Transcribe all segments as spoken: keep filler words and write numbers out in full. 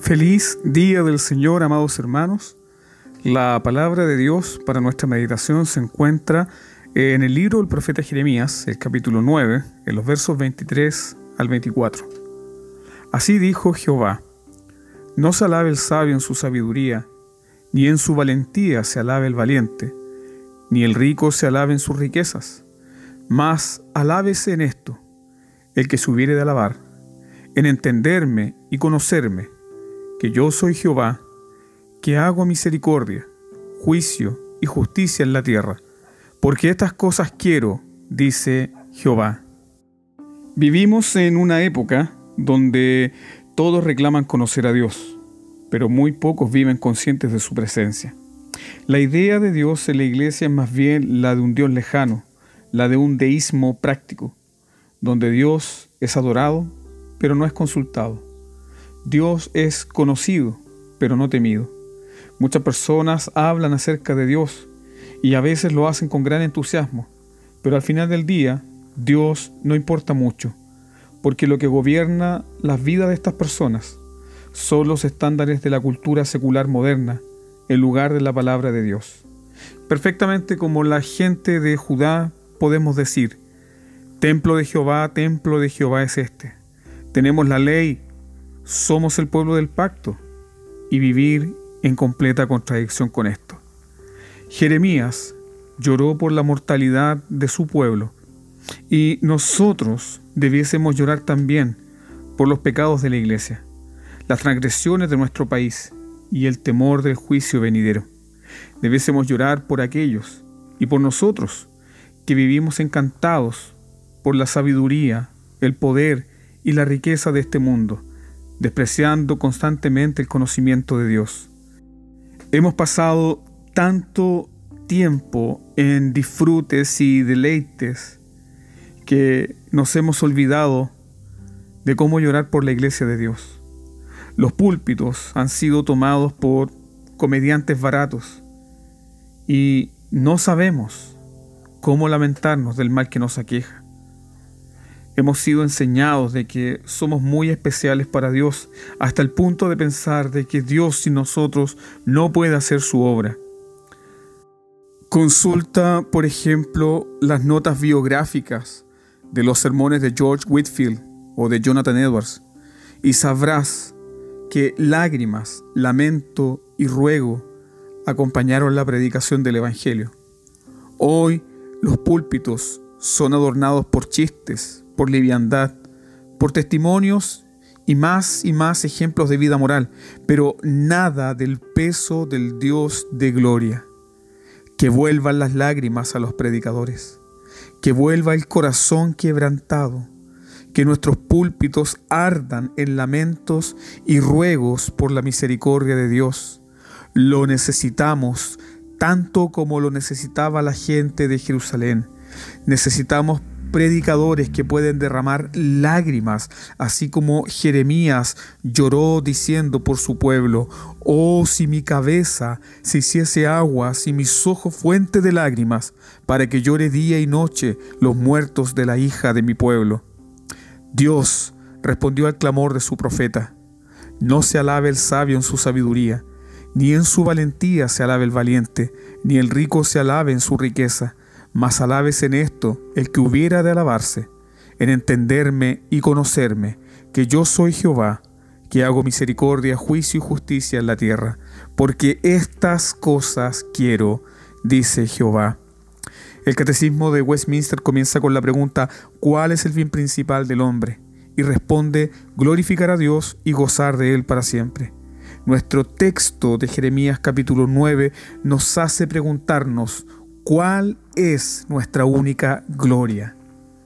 Feliz día del Señor, amados hermanos. La palabra de Dios para nuestra meditación se encuentra en el libro del profeta Jeremías, el capítulo nueve, en los versos veintitrés al veinticuatro. Así dijo Jehová: no se alabe el sabio en su sabiduría, ni en su valentía se alabe el valiente, ni el rico se alabe en sus riquezas, mas alábese en esto el que se hubiere de alabar, en entenderme y conocerme, que yo soy Jehová, que hago misericordia, juicio y justicia en la tierra, porque estas cosas quiero, dice Jehová. Vivimos en una época donde todos reclaman conocer a Dios, pero muy pocos viven conscientes de su presencia. La idea de Dios en la iglesia es más bien la de un Dios lejano, la de un deísmo práctico, donde Dios es adorado, pero no es consultado. Dios es conocido, pero no temido. Muchas personas hablan acerca de Dios y a veces lo hacen con gran entusiasmo, pero al final del día, Dios no importa mucho, porque lo que gobierna las vidas de estas personas son los estándares de la cultura secular moderna, en lugar de la palabra de Dios. Perfectamente como la gente de Judá podemos decir: templo de Jehová, templo de Jehová es este. Tenemos la ley, somos el pueblo del pacto, y vivir en completa contradicción con esto. Jeremías lloró por la mortalidad de su pueblo, y nosotros debiésemos llorar también por los pecados de la iglesia, las transgresiones de nuestro país y el temor del juicio venidero. Debiésemos llorar por aquellos y por nosotros que vivimos encantados por la sabiduría, el poder y la riqueza de este mundo, despreciando constantemente el conocimiento de Dios. Hemos pasado tanto tiempo en disfrutes y deleites que nos hemos olvidado de cómo llorar por la iglesia de Dios. Los púlpitos han sido tomados por comediantes baratos y no sabemos cómo lamentarnos del mal que nos aqueja. Hemos sido enseñados de que somos muy especiales para Dios, hasta el punto de pensar de que Dios sin nosotros no puede hacer su obra. Consulta, por ejemplo, las notas biográficas de los sermones de George Whitefield o de Jonathan Edwards, y sabrás que lágrimas, lamento y ruego acompañaron la predicación del Evangelio. Hoy los púlpitos son adornados por chistes, por liviandad, por testimonios y más y más ejemplos de vida moral, pero nada del peso del Dios de gloria. Que vuelvan las lágrimas a los predicadores, que vuelva el corazón quebrantado, que nuestros púlpitos ardan en lamentos y ruegos por la misericordia de Dios. Lo necesitamos tanto como lo necesitaba la gente de Jerusalén. Necesitamos predicadores que pueden derramar lágrimas, así como Jeremías lloró diciendo por su pueblo: oh, si mi cabeza se hiciese agua, si mis ojos fuente de lágrimas, para que llore día y noche los muertos de la hija de mi pueblo. Dios respondió al clamor de su profeta: no se alabe el sabio en su sabiduría, ni en su valentía se alabe el valiente, ni el rico se alabe en su riqueza, mas alábese en esto el que hubiera de alabarse, en entenderme y conocerme, que yo soy Jehová, que hago misericordia, juicio y justicia en la tierra, porque estas cosas quiero, dice Jehová. El Catecismo de Westminster comienza con la pregunta: ¿cuál es el fin principal del hombre? Y responde: glorificar a Dios y gozar de Él para siempre. Nuestro texto de Jeremías capítulo nueve nos hace preguntarnos: ¿cuál es nuestra única gloria?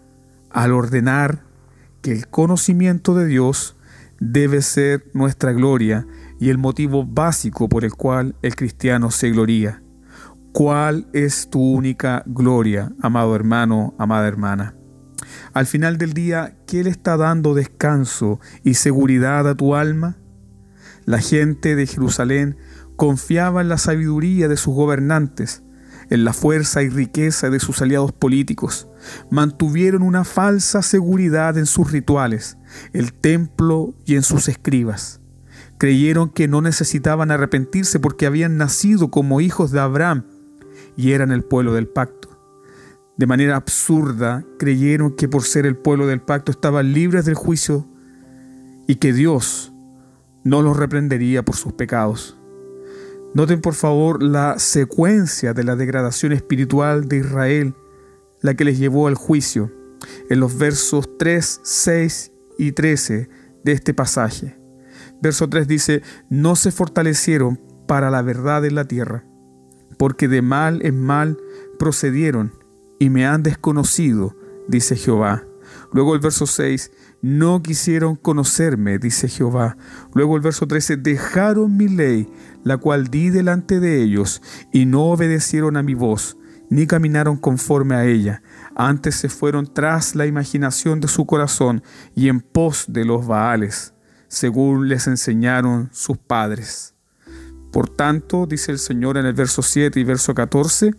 Al ordenar que el conocimiento de Dios debe ser nuestra gloria y el motivo básico por el cual el cristiano se gloría. ¿Cuál es tu única gloria, amado hermano, amada hermana? Al final del día, ¿qué le está dando descanso y seguridad a tu alma? La gente de Jerusalén confiaba en la sabiduría de sus gobernantes, en la fuerza y riqueza de sus aliados políticos. Mantuvieron una falsa seguridad en sus rituales, el templo y en sus escribas. Creyeron que no necesitaban arrepentirse porque habían nacido como hijos de Abraham y eran el pueblo del pacto. De manera absurda, creyeron que por ser el pueblo del pacto estaban libres del juicio y que Dios no los reprendería por sus pecados. Noten por favor la secuencia de la degradación espiritual de Israel, la que les llevó al juicio, en los versos tres, seis y trece de este pasaje. Verso tres dice: no se fortalecieron para la verdad en la tierra, porque de mal en mal procedieron y me han desconocido, dice Jehová. Luego el verso seis: no quisieron conocerme, dice Jehová. Luego el verso trece: dejaron mi ley, la cual di delante de ellos, y no obedecieron a mi voz, ni caminaron conforme a ella. Antes se fueron tras la imaginación de su corazón y en pos de los Baales, según les enseñaron sus padres. Por tanto, dice el Señor en el verso siete y verso catorce,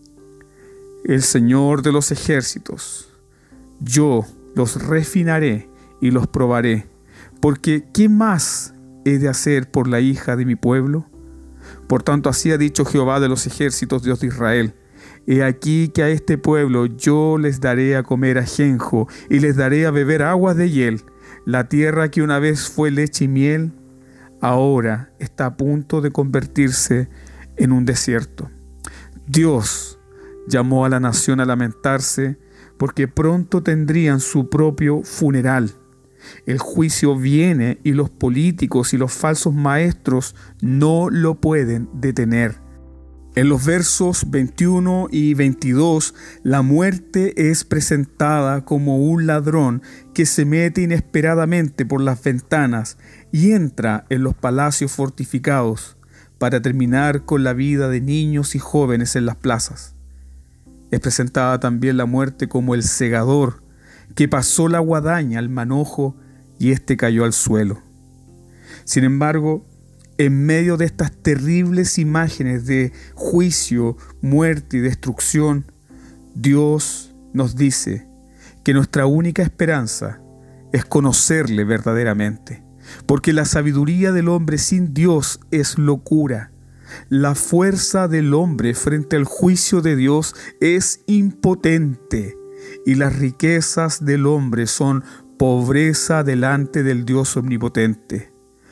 el Señor de los ejércitos, yo los refinaré y los probaré, porque ¿qué más he de hacer por la hija de mi pueblo? Por tanto, así ha dicho Jehová de los ejércitos, Dios de Israel: he aquí que a este pueblo yo les daré a comer ajenjo y les daré a beber aguas de hiel. La tierra que una vez fue leche y miel, ahora está a punto de convertirse en un desierto. Dios llamó a la nación a lamentarse porque pronto tendrían su propio funeral. El juicio viene y los políticos y los falsos maestros no lo pueden detener. En los versos veintiuno y veintidós, la muerte es presentada como un ladrón que se mete inesperadamente por las ventanas y entra en los palacios fortificados para terminar con la vida de niños y jóvenes en las plazas. Es presentada también la muerte como el segador que pasó la guadaña al manojo y éste cayó al suelo. Sin embargo, en medio de estas terribles imágenes de juicio, muerte y destrucción, Dios nos dice que nuestra única esperanza es conocerle verdaderamente, porque la sabiduría del hombre sin Dios es locura. La fuerza del hombre frente al juicio de Dios es impotente, y las riquezas del hombre son pobreza delante del Dios omnipotente.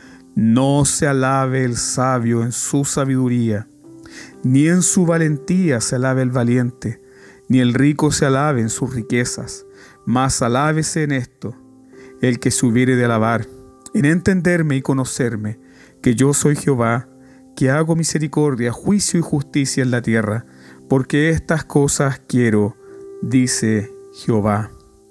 No se alabe el sabio en su sabiduría, ni en su valentía se alabe el valiente, ni el rico se alabe en sus riquezas, mas alábese en esto el que se hubiere de alabar, en entenderme y conocerme, que yo soy Jehová, que hago misericordia, juicio y justicia en la tierra, porque estas cosas quiero, dice Jehová.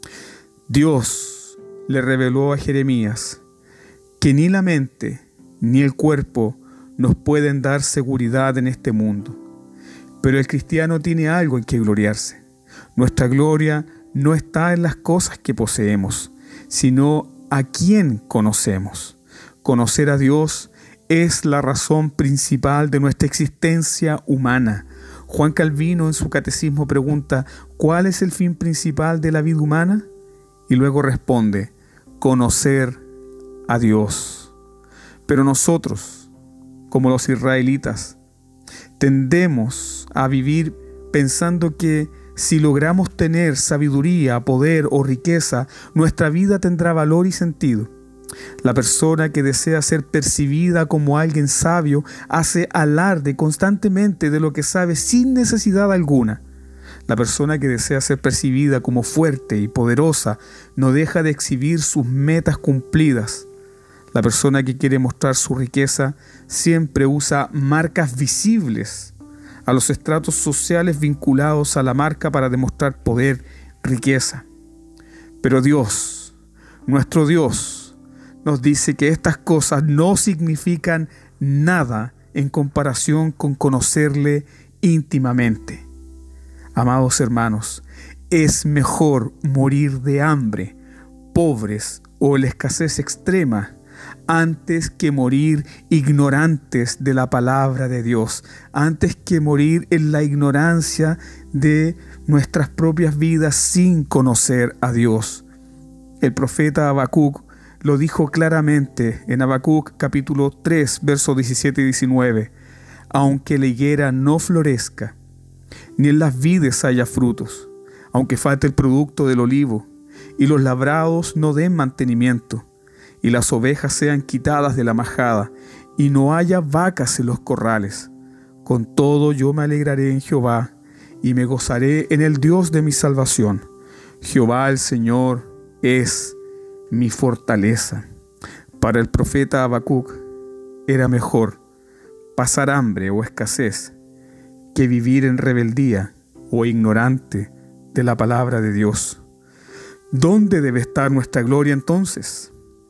Dios le reveló a Jeremías que ni la mente ni el cuerpo nos pueden dar seguridad en este mundo. Pero el cristiano tiene algo en que gloriarse. Nuestra gloria no está en las cosas que poseemos, sino a quién conocemos. Conocer a Dios es la razón principal de nuestra existencia humana. Juan Calvino en su catecismo pregunta: ¿cuál es el fin principal de la vida humana? Y luego responde: conocer a Dios. Pero nosotros, como los israelitas, tendemos a vivir pensando que si logramos tener sabiduría, poder o riqueza, nuestra vida tendrá valor y sentido. La persona que desea ser percibida como alguien sabio hace alarde constantemente de lo que sabe sin necesidad alguna. La persona que desea ser percibida como fuerte y poderosa no deja de exhibir sus metas cumplidas. La persona que quiere mostrar su riqueza siempre usa marcas visibles a los estratos sociales vinculados a la marca para demostrar poder, riqueza. Pero Dios, nuestro Dios, nos dice que estas cosas no significan nada en comparación con conocerle íntimamente. Amados hermanos, es mejor morir de hambre, pobres o en la escasez extrema, antes que morir ignorantes de la palabra de Dios, antes que morir en la ignorancia de nuestras propias vidas sin conocer a Dios. El profeta Habacuc lo dijo claramente en Habacuc capítulo tres, versos diecisiete y diecinueve. Aunque la higuera no florezca, ni en las vides haya frutos, aunque falte el producto del olivo, y los labrados no den mantenimiento, y las ovejas sean quitadas de la majada, y no haya vacas en los corrales, con todo yo me alegraré en Jehová, y me gozaré en el Dios de mi salvación. Jehová el Señor es mi fortaleza. Para el profeta Habacuc era mejor pasar hambre o escasez que vivir en rebeldía o ignorante de la palabra de Dios. ¿Dónde debe estar nuestra gloria entonces?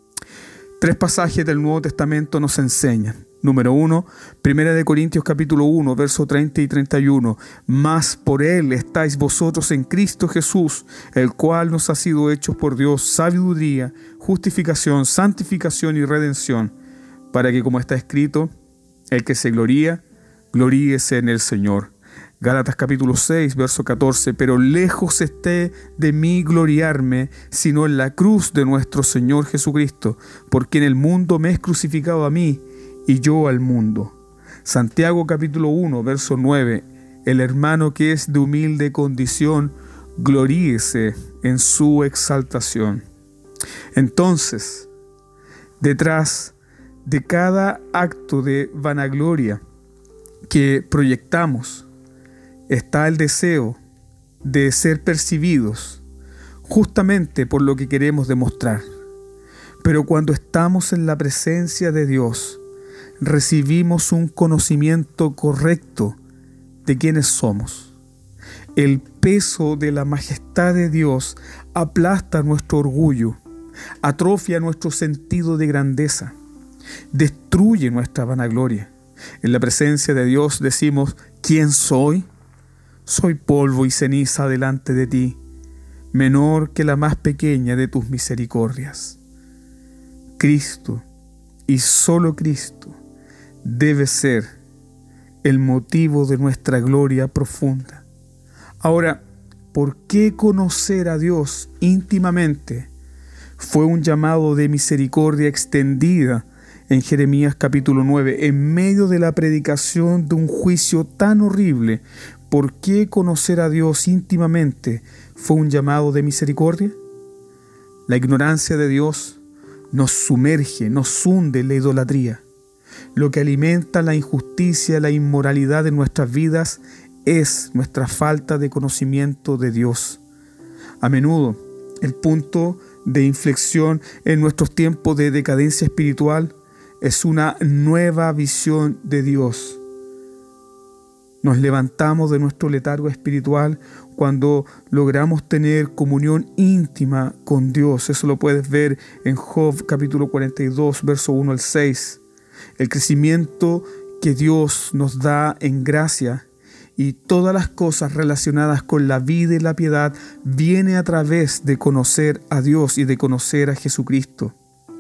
Tres pasajes del Nuevo Testamento nos enseñan. Número uno, Primera de Corintios capítulo uno, versos treinta y treinta y uno. Mas por Él estáis vosotros en Cristo Jesús, el cual nos ha sido hecho por Dios sabiduría, justificación, santificación y redención, para que, como está escrito, el que se gloría, gloríese en el Señor. Gálatas capítulo seis, verso catorce. Pero lejos esté de mí gloriarme, sino en la cruz de nuestro Señor Jesucristo, porque en el mundo me es crucificado a mí, y yo al mundo. Santiago capítulo uno, verso nueve. El hermano que es de humilde condición, gloríese en su exaltación. Entonces, detrás de cada acto de vanagloria que proyectamos, está el deseo de ser percibidos justamente por lo que queremos demostrar. Pero cuando estamos en la presencia de Dios, recibimos un conocimiento correcto de quiénes somos. El peso de la majestad de Dios aplasta nuestro orgullo, atrofia nuestro sentido de grandeza, destruye nuestra vanagloria. En la presencia de Dios decimos: ¿quién soy? Soy polvo y ceniza delante de ti, menor que la más pequeña de tus misericordias. Cristo, y solo Cristo, debe ser el motivo de nuestra gloria profunda. Ahora, ¿por qué conocer a Dios íntimamente fue un llamado de misericordia extendida en Jeremías capítulo nueve, en medio de la predicación de un juicio tan horrible? ¿Por qué conocer a Dios íntimamente fue un llamado de misericordia? La ignorancia de Dios nos sumerge, nos hunde en la idolatría. Lo que alimenta la injusticia, la inmoralidad en nuestras vidas es nuestra falta de conocimiento de Dios. A menudo, el punto de inflexión en nuestros tiempos de decadencia espiritual es una nueva visión de Dios. Nos levantamos de nuestro letargo espiritual cuando logramos tener comunión íntima con Dios. Eso lo puedes ver en Job capítulo cuarenta y dos, verso uno al seis. El crecimiento que Dios nos da en gracia y todas las cosas relacionadas con la vida y la piedad viene a través de conocer a Dios y de conocer a Jesucristo.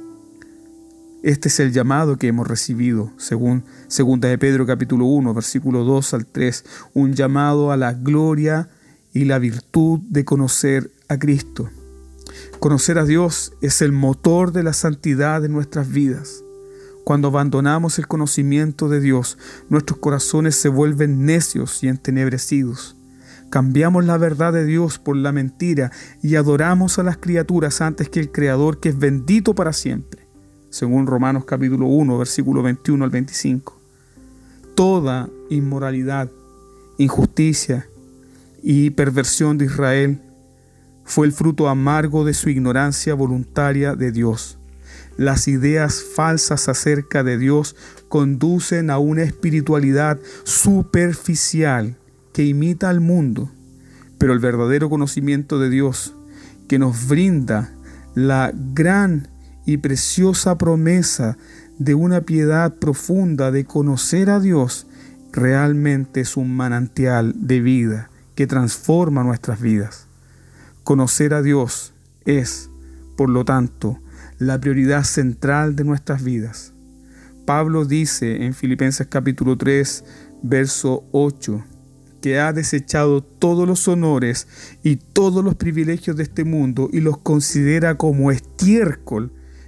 Este es el llamado que hemos recibido, según Segunda de Pedro capítulo uno, versículo dos al tres, un llamado a la gloria y la virtud de conocer a Cristo. Conocer a Dios es el motor de la santidad de nuestras vidas. Cuando abandonamos el conocimiento de Dios, nuestros corazones se vuelven necios y entenebrecidos. Cambiamos la verdad de Dios por la mentira y adoramos a las criaturas antes que el Creador, que es bendito para siempre, según Romanos capítulo uno, versículo veintiuno al veinticinco. Toda inmoralidad, injusticia y perversión de Israel fue el fruto amargo de su ignorancia voluntaria de Dios. Las ideas falsas acerca de Dios conducen a una espiritualidad superficial que imita al mundo, pero el verdadero conocimiento de Dios, que nos brinda la gran y preciosa promesa de una piedad profunda de conocer a Dios, realmente es un manantial de vida que transforma nuestras vidas. Conocer a Dios es, por lo tanto, la prioridad central de nuestras vidas. Pablo dice en Filipenses capítulo tres, verso ocho, que ha desechado todos los honores y todos los privilegios de este mundo y los considera como estiércol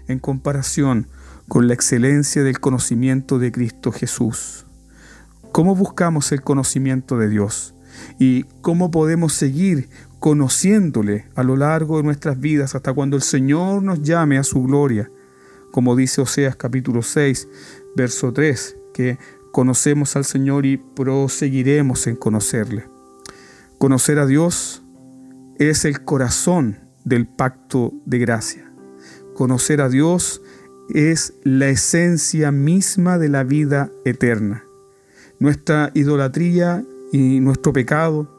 en comparación con la excelencia del conocimiento de Cristo Jesús. ¿Cómo buscamos el conocimiento de Dios? ¿Y cómo podemos seguir conociéndole a lo largo de nuestras vidas hasta cuando el Señor nos llame a su gloria? Como dice Oseas capítulo seis, verso tres, que conocemos al Señor y proseguiremos en conocerle. Conocer a Dios es el corazón del pacto de gracia. Conocer a Dios es la esencia misma de la vida eterna. Nuestra idolatría y nuestro pecado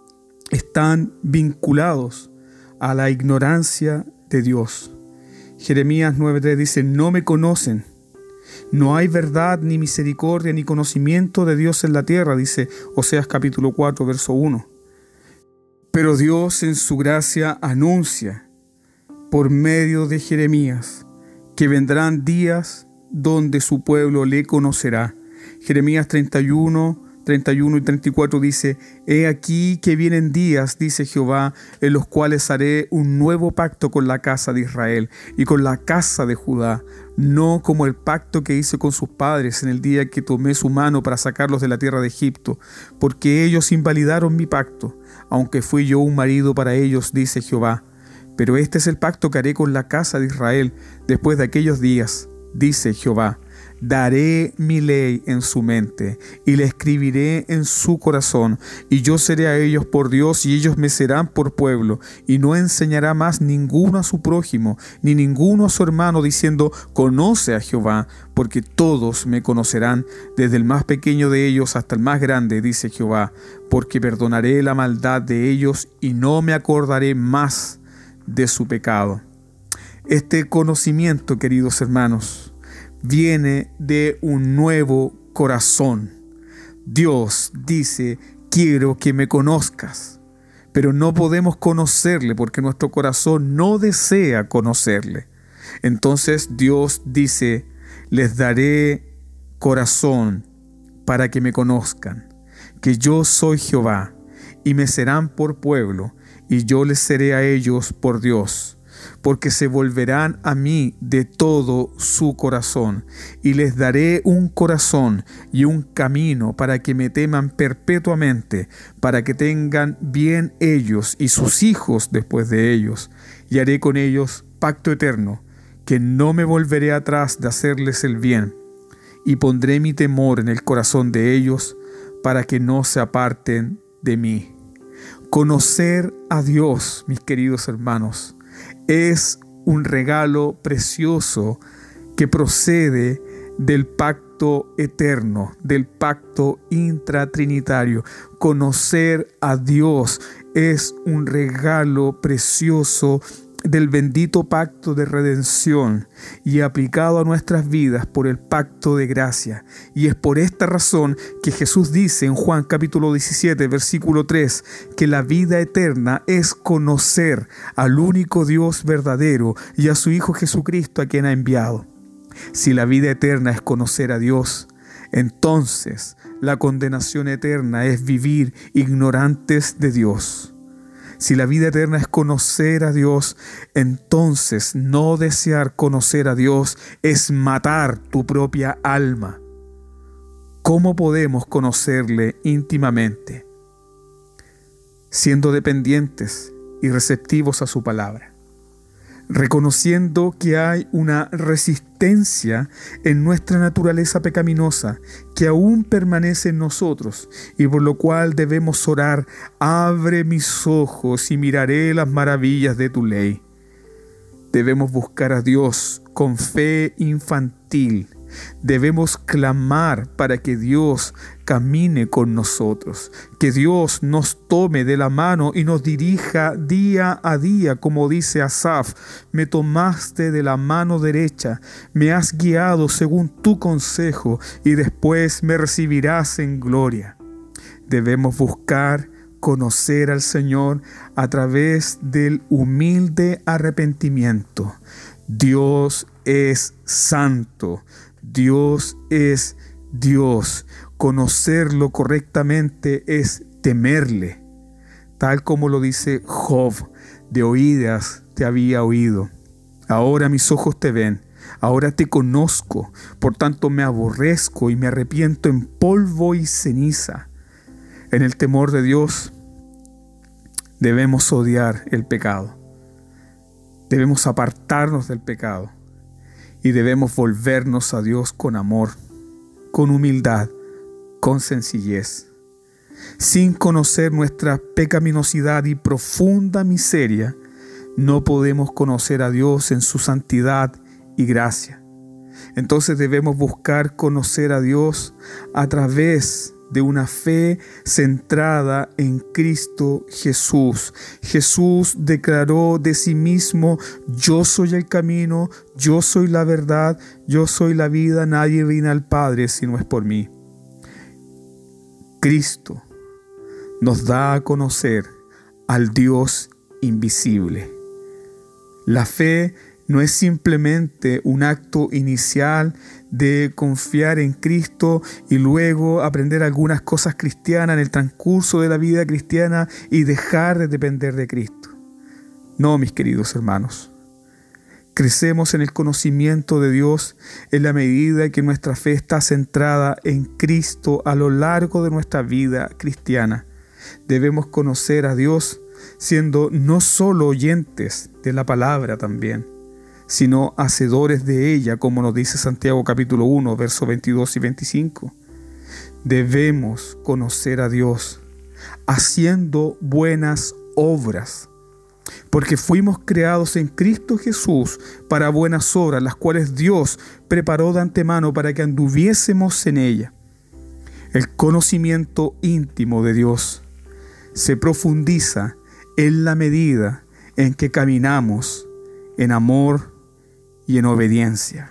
están vinculados a la ignorancia de Dios. Jeremías nueve tres dice: no me conocen. No hay verdad, ni misericordia, ni conocimiento de Dios en la tierra, dice Oseas capítulo cuatro, verso uno. Pero Dios en su gracia anuncia por medio de Jeremías que vendrán días donde su pueblo le conocerá. Jeremías treinta y uno, treinta y uno y treinta y cuatro dice: He aquí que vienen días, dice Jehová, en los cuales haré un nuevo pacto con la casa de Israel y con la casa de Judá, no como el pacto que hice con sus padres en el día que tomé su mano para sacarlos de la tierra de Egipto, porque ellos invalidaron mi pacto, aunque fui yo un marido para ellos, dice Jehová. Pero este es el pacto que haré con la casa de Israel después de aquellos días, dice Jehová. Daré mi ley en su mente y la escribiré en su corazón, y yo seré a ellos por Dios y ellos me serán por pueblo, y no enseñará más ninguno a su prójimo ni ninguno a su hermano diciendo: conoce a Jehová, porque todos me conocerán, desde el más pequeño de ellos hasta el más grande, dice Jehová, porque perdonaré la maldad de ellos y no me acordaré más de su pecado. Este conocimiento, queridos hermanos, viene de un nuevo corazón. Dios dice: quiero que me conozcas, pero no podemos conocerle porque nuestro corazón no desea conocerle. Entonces Dios dice: les daré corazón para que me conozcan, que yo soy Jehová, y me serán por pueblo, y yo les seré a ellos por Dios. Porque se volverán a mí de todo su corazón, y les daré un corazón y un camino para que me teman perpetuamente, para que tengan bien ellos y sus hijos después de ellos, y haré con ellos pacto eterno, que no me volveré atrás de hacerles el bien, y pondré mi temor en el corazón de ellos, para que no se aparten de mí. Conocer a Dios, mis queridos hermanos, es un regalo precioso que procede del pacto eterno, del pacto intratrinitario. Conocer a Dios es un regalo precioso del bendito pacto de redención y aplicado a nuestras vidas por el pacto de gracia. Y es por esta razón que Jesús dice en Juan capítulo diecisiete, versículo tres, que la vida eterna es conocer al único Dios verdadero y a su Hijo Jesucristo, a quien ha enviado. Si la vida eterna es conocer a Dios, entonces la condenación eterna es vivir ignorantes de Dios. Si la vida eterna es conocer a Dios, entonces no desear conocer a Dios es matar tu propia alma. ¿Cómo podemos conocerle íntimamente? Siendo dependientes y receptivos a su palabra, reconociendo que hay una resistencia en nuestra naturaleza pecaminosa que aún permanece en nosotros y por lo cual debemos orar: abre mis ojos y miraré las maravillas de tu ley. Debemos buscar a Dios con fe infantil. Debemos clamar para que Dios camine con nosotros, que Dios nos tome de la mano y nos dirija día a día, como dice Asaf: me tomaste de la mano derecha, me has guiado según tu consejo y después me recibirás en gloria. Debemos buscar conocer al Señor a través del humilde arrepentimiento. Dios es santo. Dios es Dios. Conocerlo correctamente es temerle, tal como lo dice Job: de oídas te había oído, ahora mis ojos te ven. Ahora te conozco, por tanto me aborrezco y me arrepiento en polvo y ceniza. En el temor de Dios debemos odiar el pecado. Debemos apartarnos del pecado y debemos volvernos a Dios con amor, con humildad, con sencillez. Sin conocer nuestra pecaminosidad y profunda miseria, no podemos conocer a Dios en su santidad y gracia. Entonces debemos buscar conocer a Dios a través de una fe centrada en Cristo Jesús. Jesús declaró de sí mismo: yo soy el camino, yo soy la verdad, yo soy la vida, nadie viene al Padre si no es por mí. Cristo nos da a conocer al Dios invisible. La fe no es simplemente un acto inicial de confiar en Cristo y luego aprender algunas cosas cristianas en el transcurso de la vida cristiana y dejar de depender de Cristo. No, mis queridos hermanos. Crecemos en el conocimiento de Dios en la medida que nuestra fe está centrada en Cristo a lo largo de nuestra vida cristiana. Debemos conocer a Dios siendo no solo oyentes de la palabra también, sino hacedores de ella, como nos dice Santiago capítulo uno, versos veintidós y veinticinco. Debemos conocer a Dios haciendo buenas obras, porque fuimos creados en Cristo Jesús para buenas obras, las cuales Dios preparó de antemano para que anduviésemos en ella. El conocimiento íntimo de Dios se profundiza en la medida en que caminamos en amor y en obediencia.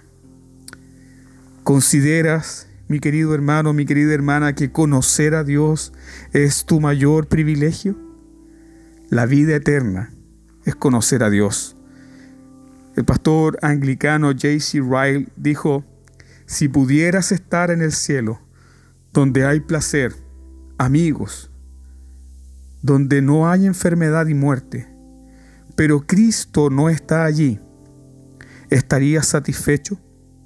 ¿Consideras, mi querido hermano, mi querida hermana, que conocer a Dios es tu mayor privilegio? La vida eterna es conocer a Dios. El pastor anglicano J C Ryle dijo: si pudieras estar en el cielo, donde hay placer, amigos, donde no hay enfermedad y muerte, pero Cristo no está allí, ¿estarías satisfecho?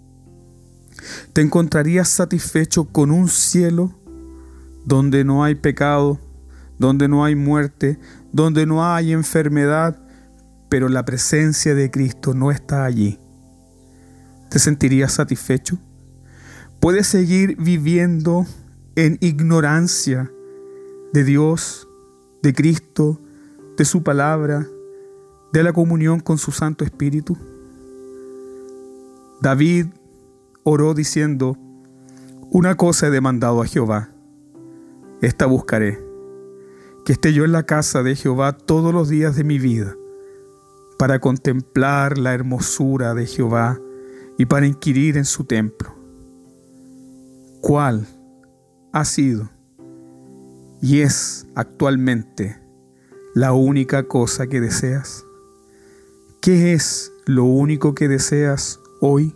¿Te encontrarías satisfecho con un cielo donde no hay pecado, donde no hay muerte, donde no hay enfermedad, pero la presencia de Cristo no está allí? ¿Te sentirías satisfecho? ¿Puedes seguir viviendo en ignorancia de Dios, de Cristo, de su palabra, de la comunión con su Santo Espíritu? David oró diciendo: una cosa he demandado a Jehová, esta buscaré, que esté yo en la casa de Jehová todos los días de mi vida, para contemplar la hermosura de Jehová y para inquirir en su templo. ¿Cuál ha sido y es actualmente la única cosa que deseas? ¿Qué es lo único que deseas hoy?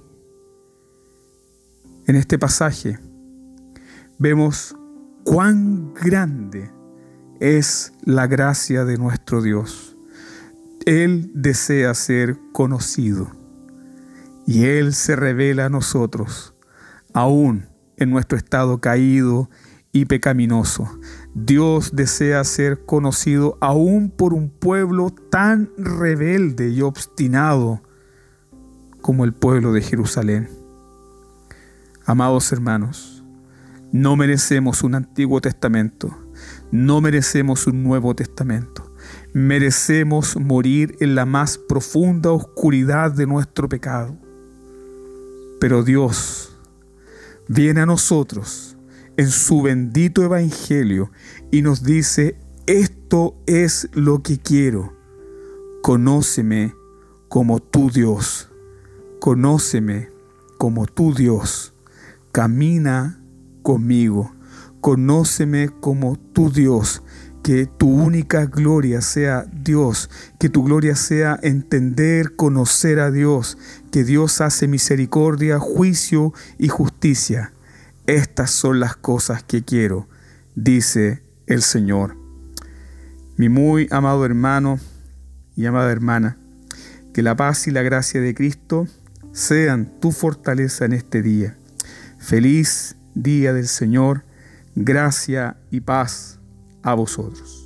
En este pasaje vemos cuán grande es la gracia de nuestro Dios. Él desea ser conocido y Él se revela a nosotros, aún en nuestro estado caído y pecaminoso. Dios desea ser conocido aún por un pueblo tan rebelde y obstinado como el pueblo de Jerusalén. Amados hermanos, no merecemos un Antiguo Testamento, no merecemos un Nuevo Testamento. Merecemos morir en la más profunda oscuridad de nuestro pecado. Pero Dios viene a nosotros en su bendito evangelio y nos dice: esto es lo que quiero. Conóceme como tu Dios. Conóceme como tu Dios. Camina conmigo. Conóceme como tu Dios. Que tu única gloria sea Dios, que tu gloria sea entender, conocer a Dios, que Dios hace misericordia, juicio y justicia. Estas son las cosas que quiero, dice el Señor. Mi muy amado hermano y amada hermana, que la paz y la gracia de Cristo sean tu fortaleza en este día. Feliz día del Señor, gracia y paz a vosotros.